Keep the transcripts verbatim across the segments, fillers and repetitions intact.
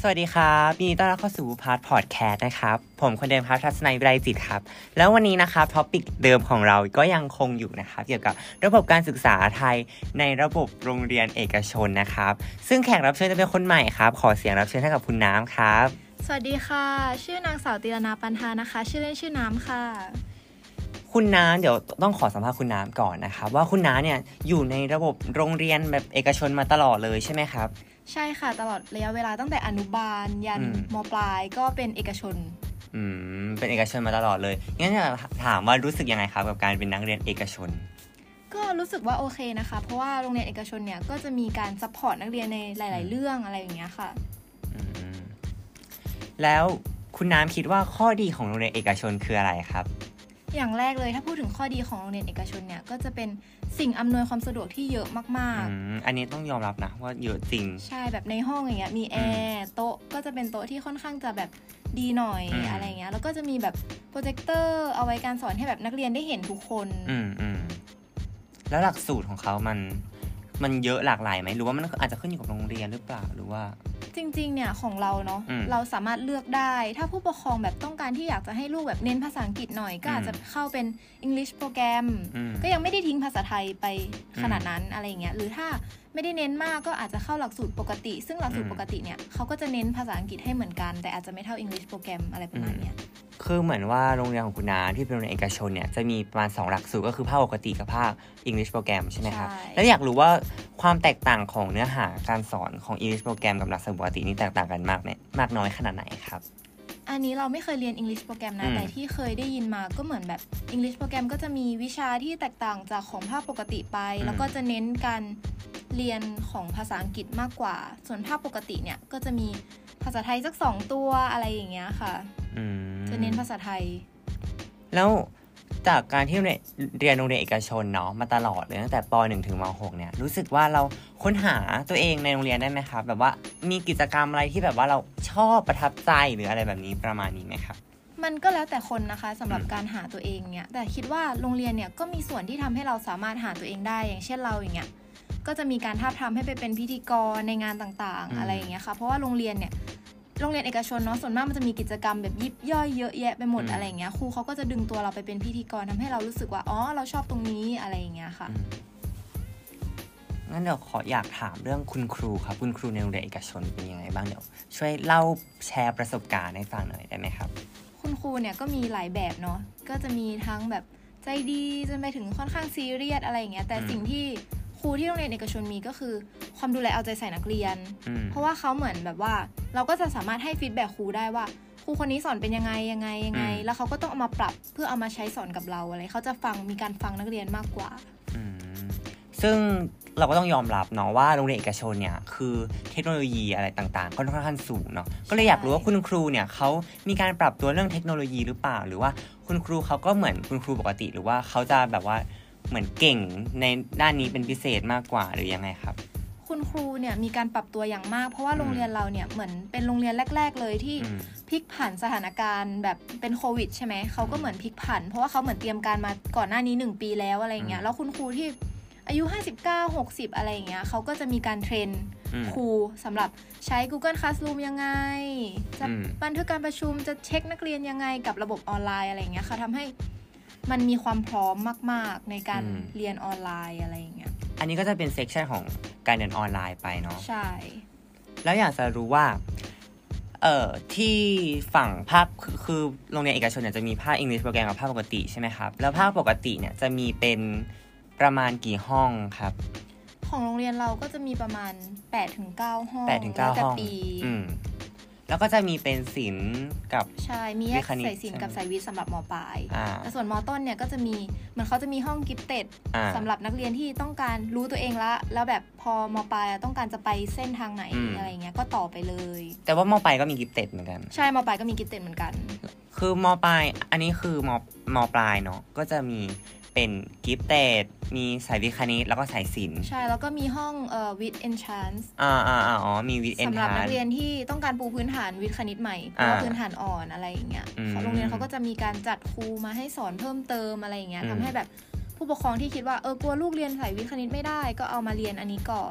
สวัสดีครับยินดีต้อนรับเข้าสู่พาร์ทพอดแคสต์นะครับผมคนเดิมครับทัศนัย วิไลจิตครับแล้ววันนี้นะครับท็อปิกเดิมของเราก็ยังคงอยู่นะครับเกี่ยวกับระบบการศึกษาไทยในระบบโรงเรียนเอกชนนะครับซึ่งแขกรับเชิญจะเป็นคนใหม่ครับขอเสียงรับเชิญให้กับคุณน้ำครับสวัสดีค่ะชื่อนางสาวติรณาปันธานะคะชื่อเล่นชื่อน้ำค่ะคุณน้ำเดี๋ยวต้องขอสัมภาษณ์คุณน้ำก่อนนะครับว่าคุณน้ำเนี่ยอยู่ในระบบโรงเรียนแบบเอกชนมาตลอดเลยใช่ไหมครับใช่ค่ะตลอดระยะเวลาตั้งแต่อนุบาลยันม.ปลายก็เป็นเอกชนอืมเป็นเอกชนมาตลอดเลยงั้นจะถามว่ารู้สึกยังไงครับกับการเป็นนักเรียนเอกชนก็รู้สึกว่าโอเคนะคะเพราะว่าโรงเรียนเอกชนเนี่ยก็จะมีการซัพพอร์ตนักเรียนในหลายๆเรื่องอะไรอย่างเงี้ยค่ะอืมแล้วคุณน้ำคิดว่าข้อดีของโรงเรียนเอกชนคืออะไรครับอย่างแรกเลยถ้าพูดถึงข้อดีของโรงเรียนเอกชนเนี่ยก็จะเป็นสิ่งอำนวยความสะดวกที่เยอะมากๆอืมอันนี้ต้องยอมรับนะว่าเยอะจริงใช่แบบในห้องอย่างเงี้ยมีแอร์โต๊ะก็จะเป็นโต๊ะที่ค่อนข้างจะแบบดีหน่อยอะไรเงี้ยแล้วก็จะมีแบบโปรเจคเตอร์เอาไว้การสอนให้แบบนักเรียนได้เห็นทุกคนอืมอืมแล้วหลักสูตรของเขามันมันเยอะหลากหลายไหมหรือว่ามันอาจจะขึ้นอยู่กับโรงเรียนหรือเปล่าหรือว่าจริงๆเนี่ยของเราเนาะเราสามารถเลือกได้ถ้าผู้ปกครองแบบต้องการที่อยากจะให้ลูกแบบเน้นภาษาอังกฤษหน่อยก็อาจจะเข้าเป็น English โปรแกรมก็ยังไม่ได้ทิ้งภาษาไทยไปขนาดนั้นอะไรอย่างเงี้ยหรือถ้าไม่ได้เน้นมากก็อาจจะเข้าหลักสูตรปกติซึ่งหลักสูตรปกติเนี่ยเขาก็จะเน้นภาษาอังกฤษให้เหมือนกันแต่อาจจะไม่เท่า English โปรแกรมอะไรประมาณเนี้ยคือเหมือนว่าโรงเรียนของคุณน้าที่เป็นโรงเรียนเอกชนเนี่ยจะมีประมาณสองหลักสูตรก็คือภาคปกติกับภาค English โปรแกรมใช่ไหมครับแล้วอยากรู้ว่าความแตกต่างของเนื้อหาการสอนของ English โปรแกรมกับหลักสูตรปกตินี่แตกต่างกันมากเนี่ยมากน้อยขนาดไหนครับอันนี้เราไม่เคยเรียน English โปรแกรมนะแต่ที่เคยได้ยินมาก็เหมือนแบบ English โปรแกรมก็จะมีวิชาที่แตกต่างจากของภาคปกติไปแล้วก็จะเน้นการเรียนของภาษาอังกฤษมากกว่าส่วนภาคปกติเนี่ยก็จะมีภาษาไทยสักสองตัวอะไรอย่างเงี้ยค่ะจะเน้นภาษาไทยแล้วจากการที่เรียนโรงเรียนเอกชนเนาะมาตลอดเลยตั้งแต่ป.หนึ่ง ถึงม.หก เนี่ยรู้สึกว่าเราค้นหาตัวเองในโรงเรียนได้ไหมครับแบบว่ามีกิจกรรมอะไรที่แบบว่าเราชอบประทับใจหรืออะไรแบบนี้ประมาณนี้ไหมครับมันก็แล้วแต่คนนะคะสำหรับการหาตัวเองเนี่ยแต่คิดว่าโรงเรียนเนี่ยก็มีส่วนที่ทำให้เราสามารถหาตัวเองได้อย่างเช่นเราอย่างเงี้ยก็จะมีการทาบทามให้ไปเป็นพิธีกรในงานต่างๆอะไรอย่างเงี้ยค่ะเพราะว่าโรงเรียนเนี่ยโรงเรียนเอกชนเนาะส่วนมากมันจะมีกิจกรรมแบบยิบย่อยเยอะแยะไปหมดอะไรอย่างเงี้ยครูเขาก็จะดึงตัวเราไปเป็นพิธีกรทำให้เรารู้สึกว่าอ๋อเราชอบตรงนี้อะไรอย่างเงี้ยค่ะงั้นเดี๋ยวขออยากถามเรื่องคุณครูครับคุณครูในโรงเรียนเอกชนเป็นยังไงบ้างเดี๋ยวช่วยเล่าแชร์ประสบการณ์ให้ฟังหน่อยได้ไหมครับคุณครูเนี่ยก็มีหลายแบบเนาะก็จะมีทั้งแบบใจดีจนไปถึงค่อนข้างซีเรียสอะไรอย่างเงี้ยแต่สิ่งที่ครูที่โรงเรียนเอกชนมีก็คือความดูแลเอาใจใส่นักเรียนเพราะว่าเขาเหมือนแบบว่าเราก็จะสามารถให้ฟีดแบ็กครูได้ว่าครูคนนี้สอนเป็นยังไงยังไงยังไงแล้วเขาก็ต้องเอามาปรับเพื่อเอามาใช้สอนกับเราอะไรเขาจะฟังมีการฟังนักเรียนมากกว่าซึ่งเราก็ต้องยอมรับเนาะว่าโรงเรียนเอกชนเนี่ยคือเทคโนโลยีอะไรต่างๆก็ค่อนข้างสูงเนาะก็เลยอยากรู้ว่าคุณครูเนี่ยเขามีการปรับตัวเรื่องเทคโนโลยีหรือเปล่าหรือว่าคุณครูเขาก็เหมือนคุณครูปกติหรือว่าเขาจะแบบว่าเหมือนเก่งในด้านนี้เป็นพิเศษมากกว่าหรือยังไงครับคุณครูเนี่ยมีการปรับตัวอย่างมากเพราะว่าโรงเรียนเราเนี่ยเหมือนเป็นโรงเรียนแรกๆเลยที่พลิกผันสถานการณ์แบบเป็นโควิดใช่ไหมเขาก็เหมือนพลิกผันเพราะว่าเขาเหมือนเตรียมการมาก่อนหน้านี้หนึ่งปีแล้วอะไรอย่างเงี้ยแล้วคุณครูที่อายุห้าสิบเก้า หกสิบอะไรอย่างเงี้ยเขาก็จะมีการเทรนครูสำหรับใช้ Google Classroom ยังไงจะบันทึกการประชุมจะเช็คนักเรียนยังไงกับระบบออนไลน์อะไรอย่างเงี้ยค่ะทำให้มันมีความพร้อมมากๆในการเรียนออนไลน์อะไรอย่างเงี้ยอันนี้ก็จะเป็นเซกชันของการเรียนออนไลน์ไปเนาะใช่แล้วอยากจะรู้ว่าเอ่อที่ฝั่งภาคคือโรงเรียนเอกชนเนี่ยจะมีภาค English โปรแกรมกับภาคปกติใช่ไหมครับแล้วภาคปกติเนี่ยจะมีเป็นประมาณกี่ห้องครับของโรงเรียนเราก็จะมีประมาณ แปดถึงเก้า ห้องแปดถึงเก้า ห้องอืมแล้วก็จะมีเป็นศิลป์กับใช่มีแยกใส่ศิลป์กับใส่วิทย์สำหรับม.ปลายแต่ส่วนม.ต้นเนี่ยก็จะมีเหมือนเขาจะมีห้องกิฟเต็ดสำหรับนักเรียนที่ต้องการรู้ตัวเองละแล้วแบบพอม.ปลายต้องการจะไปเส้นทางไหนอะไรเงี้ยก็ต่อไปเลยแต่ว่าม.ปลายก็มีกิฟเต็ดเหมือนกันใช่ม.ปลายก็มีกิฟเต็ดเหมือนกันคือม.ปลายอันนี้คือม.ม.ปลายเนาะก็จะมีเป็นกิฟเต็ดมีสายวิทย์คณิตแล้วก็สายศิลป์ใช่แล้วก็มีห้องเอ่อวิทย์เอนทรานซ์อ่าอ่าอ๋อมีวิทย์เอนทรานซ์สำหรับนักเรียนที่ต้องการปูพื้นฐานวิทย์คณิตใหม่เพราะว่าพื้นฐานอ่อนอะไรอย่างเงี้ยโรงเรียนเขาก็จะมีการจัดครูมาให้สอนเพิ่มเติมอะไรอย่างเงี้ยทำให้แบบผู้ปกครองที่คิดว่าเออกลัวลูกเรียนสายวิทย์คณิตไม่ได้ก็เอามาเรียนอันนี้ก่อน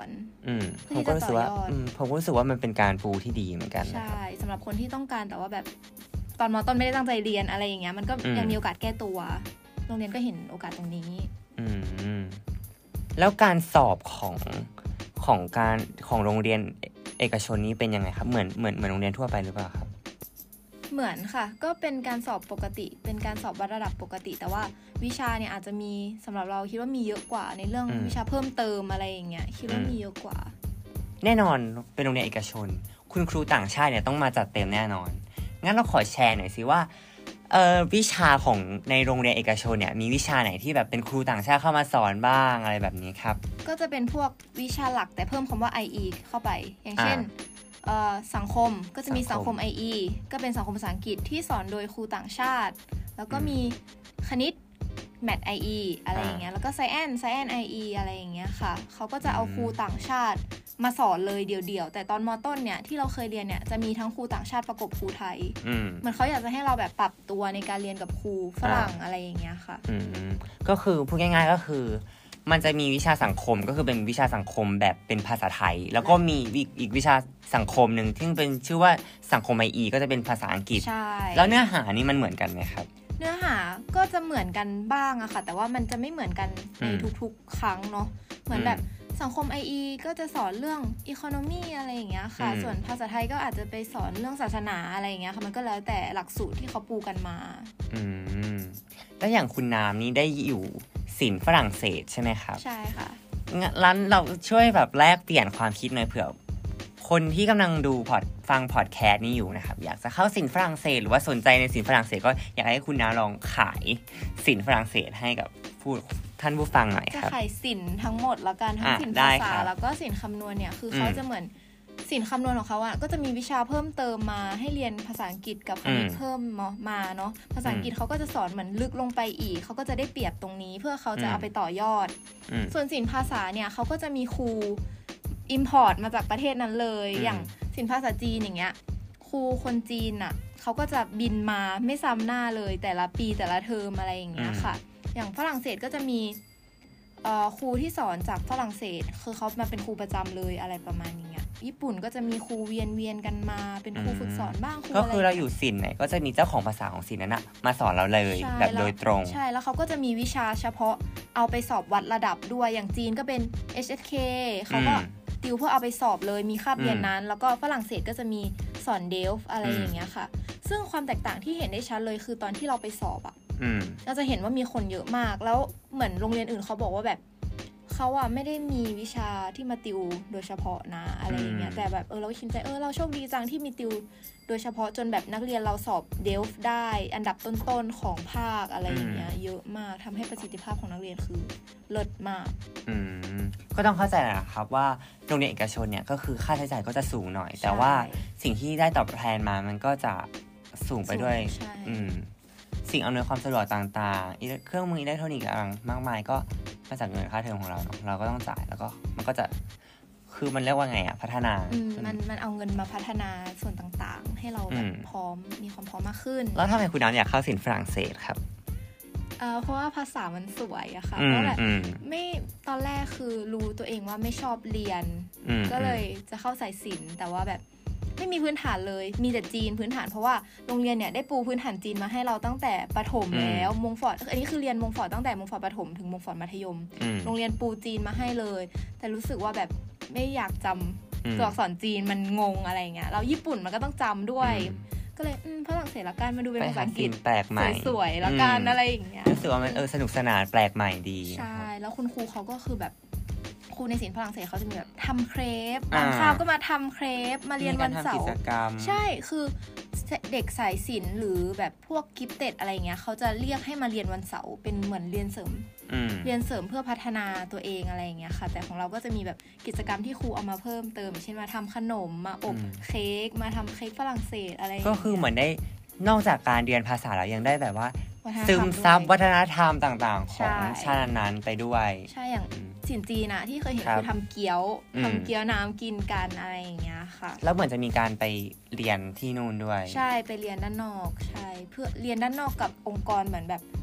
อืมผมก็รู้สึกว่าอืมผมก็รู้สึกว่ามันเป็นการปูที่ดีเหมือนกันใช่สำหรับคนที่ต้องการแต่ว่าแบบตอนม.ต้นไม่ได้ตั้งใจเรียนอะไรอย่างเงี้ยมันก็ยังมีโอกาสแก้ตัวโรงเรียนก็เห็นโอกาสตรงนี้อืมแล้วการสอบของของการของโรงเรียนเอกชนนี้เป็นยังไงครับเหมือนเหมือนเหมือนโรงเรียนทั่วไปหรือเปล่าครับเหมือนค่ะก็เป็นการสอบปกติเป็นการสอบวัดระดับปกติแต่ว่าวิชาเนี่ยอาจจะมีสำหรับเราคิดว่ามีเยอะกว่าในเรื่องวิชาเพิ่มเติมอะไรอย่างเงี้ยคิดว่ามีเยอะกว่าแน่นอนเป็นโรงเรียนเอกชนคุณครูต่างชาติเนี่ยต้องมาจัดเต็มแน่นอนงั้นเราขอแชร์หน่อยสิว่าเอ่อวิชาของในโรงเรียนเอกชนเนี่ยมีวิชาไหนที่แบบเป็นครูต่างชาติเข้ามาสอนบ้างอะไรแบบนี้ครับก็จะเป็นพวกวิชาหลักแต่เพิ่มคำว่า ไอ อี เข้าไปอย่างเช่นสังคมก็จะมีสังคม ไอ อี ก็เป็นสังคมภาษาอังกฤษที่สอนโดยครูต่างชาติแล้วก็มีคณิตแมท ไอ อี อะไรอย่างเงี้ยแล้วก็ไซแอนไซแอน ไอ อี อะไรอย่างเงี้ยค่ะเขาก็จะเอาครูต่างชาติมาสอนเลยเดี่ยวๆแต่ตอนม.ต้นเนี่ยที่เราเคยเรียนเนี่ยจะมีทั้งครูต่างชาติประกบครูไทยเหมือนเขาอยากจะให้เราแบบปรับตัวในการเรียนกับครูฝรั่งอะไรอย่างเงี้ยค่ะก็คือพูดง่ายๆก็คือมันจะมีวิชาสังคมก็คือเป็นวิชาสังคมแบบเป็นภาษาไทยแล้วก็มีอีกวิชาสังคมหนึ่งที่เป็นชื่อว่าสังคม ไอ อี ก็จะเป็นภาษาอังกฤษใช่แล้วเนื้อหานี่มันเหมือนกันไหมครับเนื้อหาก็จะเหมือนกันบ้างอะค่ะแต่ว่ามันจะไม่เหมือนกันในทุกๆครั้งเนาะเหมือนแบบสังคม ไอ อี ก็จะสอนเรื่อง economy อะไรอย่างเงี้ยค่ะส่วนภาษาไทยก็อาจจะไปสอนเรื่องศาสนาอะไรอย่างเงี้ยค่ะมันก็แล้วแต่หลักสูตรที่เขาปูกันมาอืมแล้วอย่างคุณน้ำนี่ได้อยู่ศิลป์ฝรั่งเศสใช่ไหมครับใช่ค่ะงั้นเราช่วยแบบแลกเปลี่ยนความคิดหน่อยเผื่อคนที่กำลังดูพอดฟังพอดแคสต์นี้อยู่นะครับอยากจะเข้าศิลป์ฝรั่งเศสหรือว่าสนใจในศิลป์ฝรั่งเศสก็อยากให้คุณน้าลองขายศิลป์ฝรั่งเศสให้กับผู้ท่านผู้ฟังหน่อยครับจะขายศิลป์ทั้งหมดแล้วกันทั้งศิลป์ภาษาแล้วก็ศิลป์คำนวณเนี่ยคือเขาจะเหมือนศิลป์คำนวณของเขาอ่ะก็จะมีวิชาเพิ่มเติมมาให้เรียนภาษาอังกฤษกับคณิตเพิ่มมาเนาะภาษาอังกฤษเขาก็จะสอนเหมือนลึกลงไปอีกเขาก็จะได้เปรียบตรงนี้เพื่อเขาจะเอาไปต่อยอดส่วนศิลป์ภาษาเนี่ยเขาก็จะมีครูอิมพอร์ตมาจากประเทศนั้นเลยอย่างศิลป์ภาษาจีนอย่างเงี้ยครูคนจีนอ่ะเขาก็จะบินมาไม่ซ้ำหน้าเลยแต่ละปีแต่ละเทอมอะไรอย่างเงี้ยค่ะอย่างฝรั่งเศสก็จะมีครูที่สอนจากฝรั่งเศสคือเขามาเป็นครูประจำเลยอะไรประมาณนี้ญี่ปุ่นก็จะมีครูเวียนเวียนกันมาเป็นครูฝึกสอนบ้างครูอะไรก็คือเราอยู่ศิลป์ไหนก็จะมีเจ้าของภาษาของศิลป์นั้นนะมาสอนเราเลยแบบโดยตรงใช่แล้วเขาก็จะมีวิชาเฉพาะเอาไปสอบวัดระดับด้วยอย่างจีนก็เป็น เอช เอส เค เขาก็ติวเพื่อเอาไปสอบเลยมีคาบเรียนนั้นแล้วก็ฝรั่งเศสก็จะมีสอนเดลฟ์อะไรอย่างเงี้ยค่ะซึ่งความแตกต่างที่เห็นได้ชัดเลยคือตอนที่เราไปสอบอ่ะเราจะเห็นว่ามีคนเยอะมากแล้วเหมือนโรงเรียนอื่นเขาบอกว่าแบบเขาอะไม่ได้มีวิชาที่มาติวโดยเฉพาะนะอะไรอย่างเงี้ยแต่แบบเออเราคิดใจเออเราโชคดีจังที่มีติวโดยเฉพาะจนแบบนักเรียนเราสอบเดลฟ์ได้อันดับต้นๆของภาคอะไรอย่างเงี้ยเยอะมากทำให้ประสิทธิภาพของนักเรียนคือเลิศมากอืมก็ต้องเข้าใจนะครับว่าโรงเรียนเอกชนเนี่ยก็คือค่าใช้จ่ายก็จะสูงหน่อยแต่ว่าสิ่งที่ได้ตอบแทนมามันก็จะสูงไปด้วยอืมสิ่งอำนวยความสะดวกต่างๆเครื่องมืออิเล็กทรอนิกส์ต่างมากมายก็มาจากเงินค่าเทอมของเราเนาะเราก็ต้องจ่ายแล้วก็มันก็จะคือมันเรียกว่าไงอะพัฒนาอืมมันมันเอาเงินมาพัฒนาส่วนต่างๆให้เราแบบพร้อมมีความพร้อมมากขึ้นแล้วทำไมคุณน้ำอยากเข้าศิลป์ฝรั่งเศสครับเอ่อเพราะว่าภาษามันสวยอะค่ะก็แบบไม่ตอนแรกคือรู้ตัวเองว่าไม่ชอบเรียนก็เลยจะเข้าสายศิลป์แต่ว่าแบบไม่มีพื้นฐานเลยมีแต่จีนพื้นฐานเพราะว่าโรงเรียนเนี่ยได้ปูพื้นฐานจีนมาให้เราตั้งแต่ประถมแล้วมงฟอร์ดอันนี้คือเรียนมงฟอร์ดตั้งแต่มงฟอร์ดประถมถึงมงฟอร์ดมัธยมโรงเรียนปูจีนมาให้เลยแต่รู้สึกว่าแบบไม่อยากจำตัวอักษรจีนมันงงอะไรเงี้ยแล้วญี่ปุ่นมันก็ต้องจำด้วยก็เลยฝรั่งเศสละกันมาดูเป็นภาษาอังกฤษแปลกใหม่สวยๆละกันอะไรอย่างเงี้ยรู้สึกว่ามันเออสนุกสนานแปลกใหม่ดีใช่แล้วคุณครูเขาก็คือแบบครูในศิลป์ฝรั่งเศสเขาจะมีแบบทำเครปบางคาบก็มาทำเครปมาเรียนวันเสาร์ใช่คือเด็กสายศิลป์หรือแบบพวกกิฟเต็ดอะไรเงี้ยเขาจะเรียกให้มาเรียนวันเสาร์เป็นเหมือนเรียนเสริมเรียนเสริมเพื่อพัฒนาตัวเองอะไรอย่างเงี้ยค่ะแต่ของเราก็จะมีแบบกิจกรรมที่ครูเอามาเพิ่มเติมเช่นมาทำขนมมาอบเค้กมาทำเค้กฝรั่งเศสอะไรก็คือเหมือนได้นอกจากการเรียนภาษาแล้วยังได้แบบว่าซึมซับวัฒนธรรมต่างๆของชาตินั้นไปด้วยใช่อย่างศิลป์จีนนะที่เคยเห็นคือทำเกี๊ยวทำเกี๊ยวน้ำกินกันอะไรอย่างเงี้ยค่ะแล้วเหมือนจะมีการไปเรียนที่นู่นด้วยใช่ไปเรียนด้านนอกใช่เพื่อเรียนด้านนอกกับองค์กรเหมือนแบบ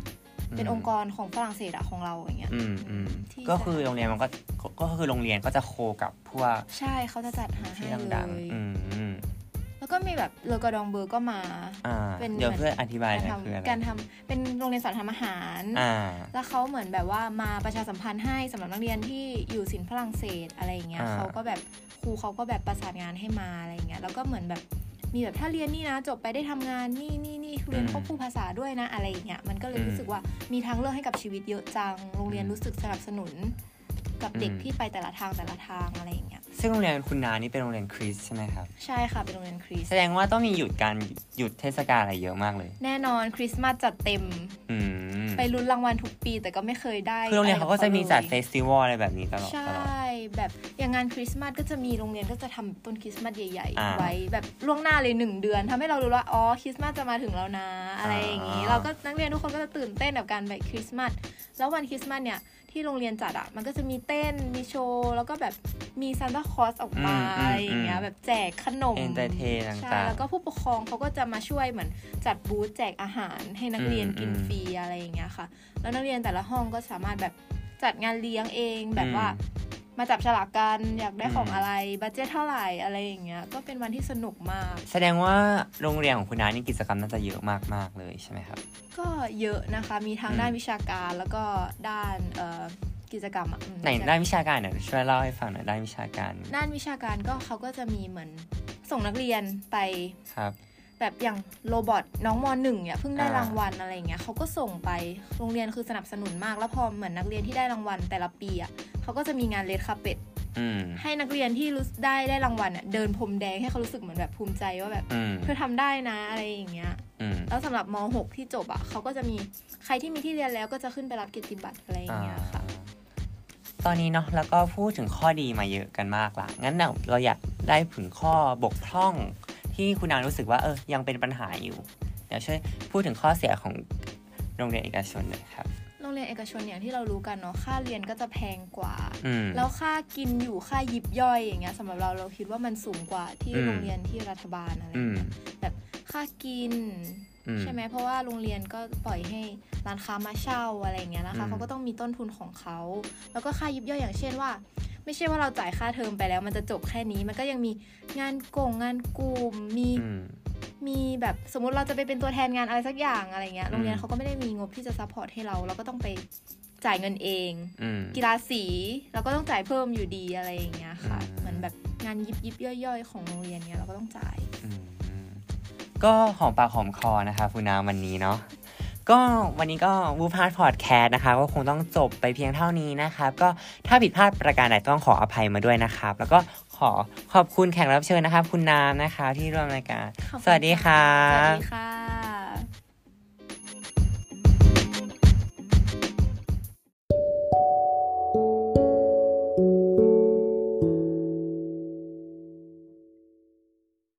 เป็นองค์กรของฝรั่งเศสอะของเราอย่างเงี้ยอืมอืมก็คือโรงเรียนมันก็ก็คือโรงเรียนก็จะโคกับพวกใช่เขาจะจัดหาให้เลยอืมแล้วก็มีแบบเลอกอดองเบอร์ก็มาเป็นเดี๋ยวเพื่ออธิบายหน่อยคืออะไรการทำเป็นโรงเรียนสอนทำอาหารแล้วเขาเหมือนแบบว่ามาประชาสัมพันธ์ให้สำหรับนักเรียนที่อยู่ศิลป์ฝรั่งเศสอะไรอย่างเงี้ยเขาก็แบบครูเขาก็แบบประสานงานให้มาอะไรอย่างเงี้ยแล้วก็เหมือนแบบมีแบบถ้าเรียนนี่นะจบไปได้ทำงานนี่นี่นี่เรียนควบคู่ภาษาด้วยนะอะไรอย่างเงี้ยมันก็เลยรู้สึกว่ามีทางเลือกให้กับชีวิตเยอะจังโรงเรียนรู้สึกสนับสนุนกับเด็กที่ไปแต่ละทางแต่ละทางอะไรอย่างเงี้ยซึ่งโรงเรียนคุณนานี่เป็นโรงเรียนคริสใช่ไหมครับใช่ค่ะเป็นโรงเรียนคริสแสดงว่าต้องมีหยุดการหยุดเทศกาลอะไรเยอะมากเลยแน่นอนคริสต์มาสจัดเต็มไปลุ้นรางวัลทุกปีแต่ก็ไม่เคยได้คือโรงเรียนเขาก็จะมีจัดเฟสติวัลอะไรแบบนี้ตลอดใช่แบบอย่างงานคริสต์มาสก็จะมีโรงเรียนก็จะทำต้นคริสต์มาสใหญ่ๆไว้แบบล่วงหน้าเลยหนึ่งเดือนทำให้เรารู้ว่าอ๋อคริสต์มาสจะมาถึงแล้วนะอะไรอย่างงี้เราก็นักเรียนทุกคนก็จะตื่นเต้นกับการไปคริสต์มาสแล้ววันคริสต์มาสเนี่ยที่โรงเรียนจัดอ่ะมันก็จะมีเต้นมีโชว์แล้วก็แบบมีซานตาคลอสออกมาอะไรอย่างเงี้ยแบบแจกขนมเอนเตอร์เทนต่างๆใช่แล้วก็ผู้ปกครองเขาก็จะมาช่วยเหมือนจัดบูธแจกอาหารให้นักเรียนกินฟรีอะไรอย่างเงี้ยค่ะแล้วนักเรียนแต่ละห้องก็สามารถแบบจัดงานเลี้ยงเองแบบว่ามาจับฉลากกันอยากได้ของอะไรบัดเจ็ตเท่าไหร่อะไรอย่างเงี้ยก็เป็นวันที่สนุกมากแสดงว่าโรงเรียนของคุณน้านี่กิจกรรมน่าจะเยอะมากๆเลยใช่ไหมครับก็เยอะนะคะมีทั้งด้านวิชาการแล้วก็ด้านเอ่อกิจกรรมอ่ะไหนด้านวิชาการเนี่ยช่วยเล่าให้ฟังหน่อยด้านวิชาการด้านวิชาการก็เขาก็จะมีเหมือนส่งนักเรียนไปครับแบบอย่างโรบอทน้องม.หนึ่ง เนี่ยเพิ่งได้รางวัลอะไรอย่างเงี้ยเขาก็ส่งไปโรงเรียนคือสนับสนุนมากแล้วพอเหมือนนักเรียนที่ได้รางวัลแต่ละปีอ่ะเขาก็จะมีงานเรดคาร์เปตให้นักเรียนที่รู้ได้ได้รางวัลเนี่ยเดินพรมแดงให้เขารู้สึกเหมือนแบบภูมิใจว่าแบบเธอทำได้นะอะไรอย่างเงี้ยแล้วสำหรับม.หก ที่จบอ่ะเขาก็จะมีใครที่มีที่เรียนแล้วก็จะขึ้นไปรับเกียรติบัตรอะไรอย่างเงี้ยค่ะตอนนี้เนาะแล้วก็พูดถึงข้อดีมาเยอะกันมากละงั้นเราอยากได้ถึงข้อบกพร่องที่คุณนางรู้สึกว่าเออยังเป็นปัญหาอยู่เดี๋ยวช่วยพูดถึงข้อเสียของโรงเรียนเอกชนหน่อยครับโรงเรียนเอกชนอย่างที่เรารู้กันเนาะค่าเรียนก็จะแพงกว่าแล้วค่ากินอยู่ค่ายิบย่อยอย่างเงี้ยสำหรับเราเราคิดว่ามันสูงกว่าที่โรงเรียนที่รัฐบาลอะไรเงี้ยแบบค่ากินใช่ไหมเพราะว่าโรงเรียนก็ปล่อยให้ร้านค้ามาเช่าอะไรเงี้ยนะคะเขาก็ต้องมีต้นทุนของเขาแล้วก็ค่ายิบย่อยอย่างเช่นว่าไม่ใช่ว่าเราจ่ายค่าเทอมไปแล้วมันจะจบแค่นี้มันก็ยังมีงานกงงานกลุ่มมีมีแบบสมมติเราจะไปเป็นตัวแทนงานอะไรสักอย่างอะไรเงี้ยโรงเรียนเขาก็ไม่ได้มีงบที่จะซัพพอร์ตให้เราเราก็ต้องไปจ่ายเงินเองกีฬาสีเราก็ต้องจ่ายเพิ่มอยู่ดีอะไรอย่างเงี้ยค่ะเหมือนแบบงานยิบยิบย่อยๆของโรงเรียนเนี้ยเราก็ต้องจ่ายก็หอมปากหอมคอนะคะคุณน้ำวันนี้เนาะก็วันนี้ก็วูพาร์ทพอดแคสต์นะคะก็คงต้องจบไปเพียงเท่านี้นะครับก็ถ้าผิดพลาดประการใดต้องขออภัยมาด้วยนะครับแล้วก็ขอขอบคุณแขกรับเชิญนะครับคุณน้ำนะคะที่ร่วมรายการสวัสดีค่ะสวัสดีค่ะ